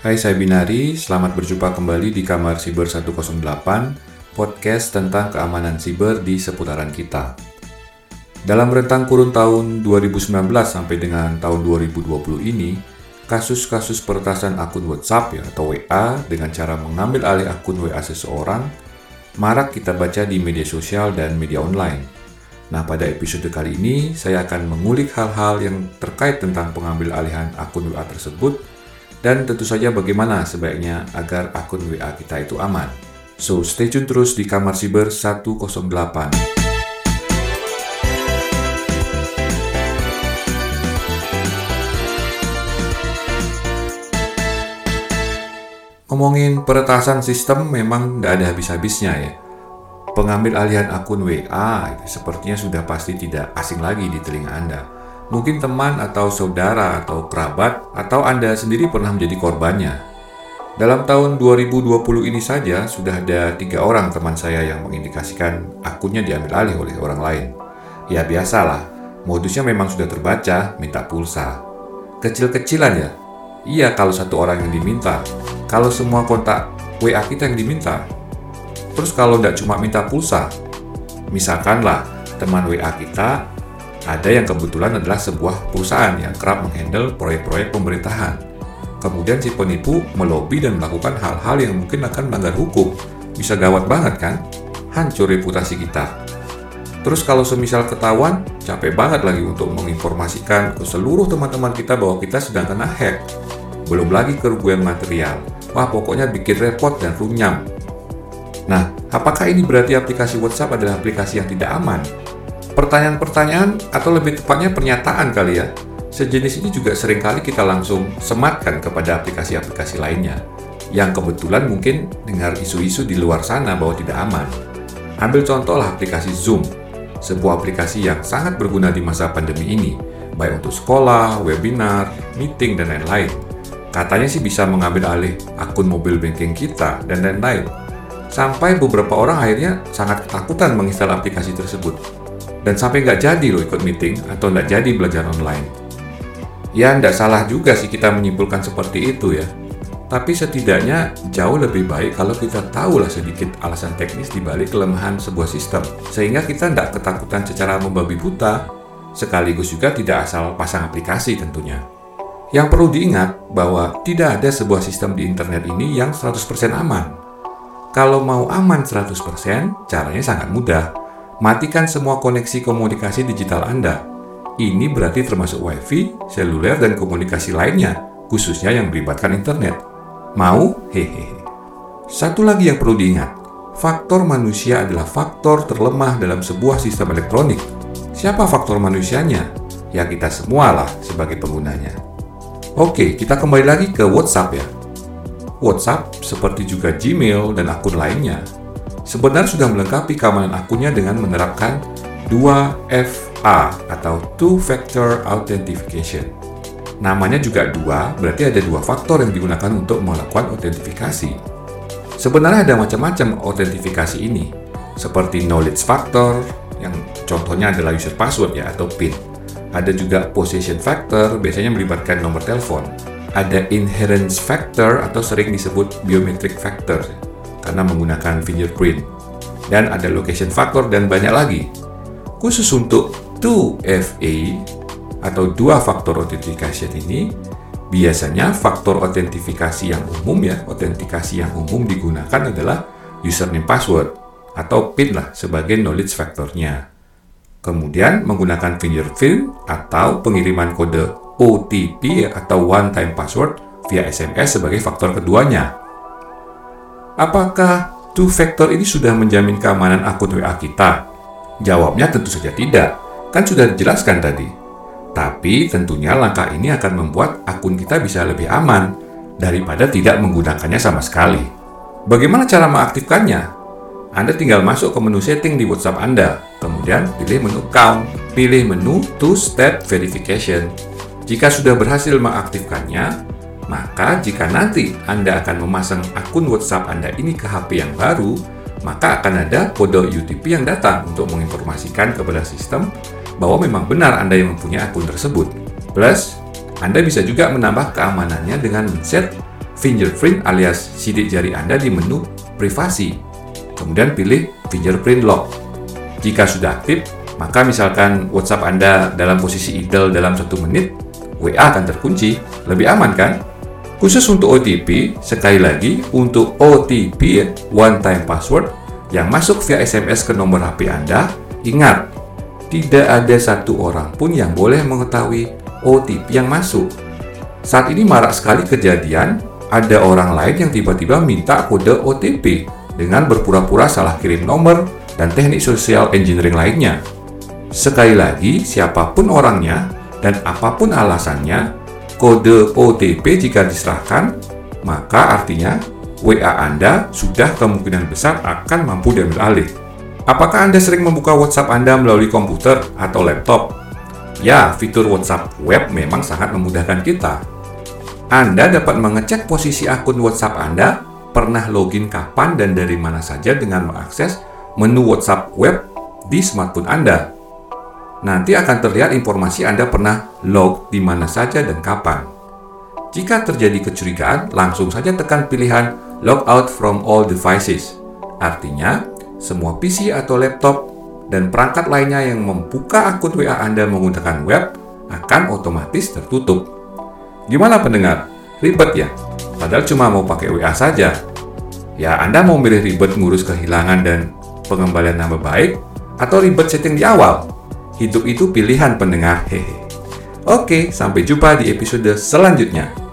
Hai, saya Binari, selamat berjumpa kembali di Kamar Siber 108, podcast tentang keamanan siber di seputaran kita. Dalam rentang kurun tahun 2019 sampai dengan tahun 2020 ini, kasus-kasus peretasan akun WhatsApp atau WA dengan cara mengambil alih akun WA seseorang marak kita baca di media sosial dan media online. Nah, pada episode kali ini, saya akan mengulik hal-hal yang terkait tentang pengambil alihan akun WA tersebut dan tentu saja bagaimana sebaiknya agar akun WA kita itu aman. So, stay tune terus di Kamar Siber 108. Ngomongin peretasan sistem memang tidak ada habis-habisnya ya. Pengambil alihan akun WA sepertinya sudah pasti tidak asing lagi di telinga Anda. Mungkin teman atau saudara atau kerabat atau Anda sendiri pernah menjadi korbannya. Dalam tahun 2020 ini saja sudah ada 3 orang teman saya yang mengindikasikan akunnya diambil alih oleh orang lain. Ya biasalah, modusnya memang sudah terbaca, minta pulsa. Kecil-kecilan ya? Iya kalau satu orang yang diminta. Kalau semua kontak WA kita yang diminta. Terus kalau tidak cuma minta pulsa, misalkanlah teman WA kita ada yang kebetulan adalah sebuah perusahaan yang kerap menghandle proyek-proyek pemerintahan. Kemudian si penipu melobi dan melakukan hal-hal yang mungkin akan melanggar hukum. Bisa gawat banget kan? Hancur reputasi kita. Terus kalau semisal ketahuan, capek banget lagi untuk menginformasikan ke seluruh teman-teman kita bahwa kita sedang kena hack. Belum lagi kerugian material. Wah, pokoknya bikin repot dan runyam. Nah, apakah ini berarti aplikasi WhatsApp adalah aplikasi yang tidak aman? Pertanyaan-pertanyaan atau lebih tepatnya pernyataan kali ya. Sejenis ini juga seringkali kita langsung sematkan kepada aplikasi-aplikasi lainnya yang kebetulan mungkin dengar isu-isu di luar sana bahwa tidak aman. Ambil contohlah aplikasi Zoom, sebuah aplikasi yang sangat berguna di masa pandemi ini, baik untuk sekolah, webinar, meeting, dan lain-lain. Katanya sih bisa mengambil alih akun mobile banking kita, dan lain-lain. Sampai beberapa orang akhirnya sangat ketakutan menginstal aplikasi tersebut. Dan sampai nggak jadi loh ikut meeting atau nggak jadi belajar online. Ya, nggak salah juga sih kita menyimpulkan seperti itu ya. Tapi setidaknya jauh lebih baik kalau kita tahulah sedikit alasan teknis di balik kelemahan sebuah sistem. Sehingga kita nggak ketakutan secara membabi buta, sekaligus juga tidak asal pasang aplikasi tentunya. Yang perlu diingat bahwa tidak ada sebuah sistem di internet ini yang 100% aman. Kalau mau aman 100%, caranya sangat mudah. Matikan semua koneksi komunikasi digital Anda. Ini berarti termasuk WiFi, seluler, dan komunikasi lainnya, khususnya yang melibatkan internet. Mau? Hehehe. Satu lagi yang perlu diingat, faktor manusia adalah faktor terlemah dalam sebuah sistem elektronik. Siapa faktor manusianya? Ya kita semualah sebagai penggunanya. Oke, kita kembali lagi ke WhatsApp ya. WhatsApp, seperti juga Gmail dan akun lainnya, sebenarnya sudah melengkapi keamanan akunnya dengan menerapkan 2FA atau Two Factor Authentication. Namanya juga 2, berarti ada 2 faktor yang digunakan untuk melakukan autentifikasi. Sebenarnya ada macam-macam autentifikasi ini, seperti knowledge factor, yang contohnya adalah user password ya atau PIN. Ada juga possession factor, biasanya melibatkan nomor telepon. Ada inherence factor atau sering disebut biometric factor, karena menggunakan fingerprint. Dan ada location factor dan banyak lagi. Khusus untuk 2FA atau 2 faktor authentication ini, biasanya faktor autentifikasi yang umum ya, autentikasi yang umum digunakan adalah username password atau PIN lah sebagai knowledge factornya. Kemudian menggunakan fingerprint atau pengiriman kode OTP atau one time password via SMS sebagai faktor keduanya. Apakah 2 factor ini sudah menjamin keamanan akun WA kita? Jawabnya tentu saja tidak, kan sudah dijelaskan tadi. Tapi tentunya langkah ini akan membuat akun kita bisa lebih aman daripada tidak menggunakannya sama sekali. Bagaimana cara mengaktifkannya? Anda tinggal masuk ke menu setting di WhatsApp Anda, kemudian pilih menu account, pilih menu two-step verification. Jika sudah berhasil mengaktifkannya, maka jika nanti Anda akan memasang akun WhatsApp Anda ini ke HP yang baru, maka akan ada kode UTP yang datang untuk menginformasikan kepada sistem bahwa memang benar Anda yang mempunyai akun tersebut. Plus, Anda bisa juga menambah keamanannya dengan men-set fingerprint alias sidik jari Anda di menu privasi. Kemudian pilih fingerprint lock. Jika sudah aktif, maka misalkan WhatsApp Anda dalam posisi idle dalam 1 menit, WA akan terkunci. Lebih aman kan? Khusus untuk OTP, sekali lagi untuk OTP one time password yang masuk via SMS ke nomor HP Anda, ingat, tidak ada satu orang pun yang boleh mengetahui OTP yang masuk. Saat ini marak sekali kejadian, ada orang lain yang tiba-tiba minta kode OTP dengan berpura-pura salah kirim nomor dan teknik social engineering lainnya. Sekali lagi, siapapun orangnya dan apapun alasannya, kode OTP jika diserahkan, maka artinya WA Anda sudah kemungkinan besar akan mampu diambil alih. Apakah Anda sering membuka WhatsApp Anda melalui komputer atau laptop? Ya, fitur WhatsApp web memang sangat memudahkan kita. Anda dapat mengecek posisi akun WhatsApp Anda, pernah login kapan dan dari mana saja dengan mengakses menu WhatsApp web di smartphone Anda. Nanti akan terlihat informasi Anda pernah log di mana saja dan kapan. Jika terjadi kecurigaan, langsung saja tekan pilihan Log out from all devices. Artinya, semua PC atau laptop dan perangkat lainnya yang membuka akun WA Anda menggunakan web akan otomatis tertutup. Gimana pendengar? Ribet ya? Padahal cuma mau pakai WA saja. Ya, Anda mau milih ribet ngurus kehilangan dan pengembalian nama baik atau ribet setting di awal? Hidup itu pilihan pendengar, hehe. Oke, sampai jumpa di episode selanjutnya.